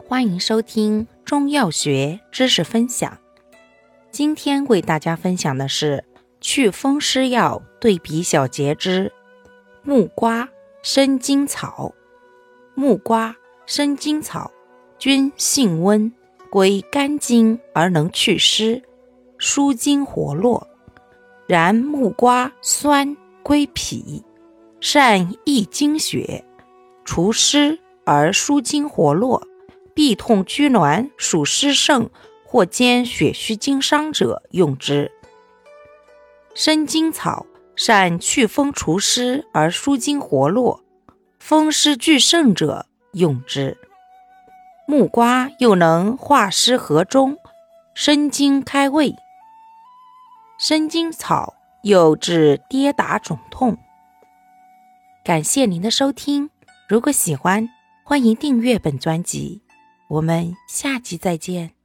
欢迎收听中药学知识分享。今天为大家分享的是祛风湿药对比小节之木瓜、生筋草。木瓜、生筋草均性温，归肝经而能祛湿，舒筋活络。然木瓜酸，归脾，善益精血，除湿而舒筋活络，痹痛拘挛属湿盛或兼血虚经伤者用之。生筋草善祛风除湿而舒筋活络，风湿俱盛者用之。木瓜又能化湿和中，生津开胃。生筋草又治跌打肿痛。感谢您的收听，如果喜欢，欢迎订阅本专辑，我们下期再见。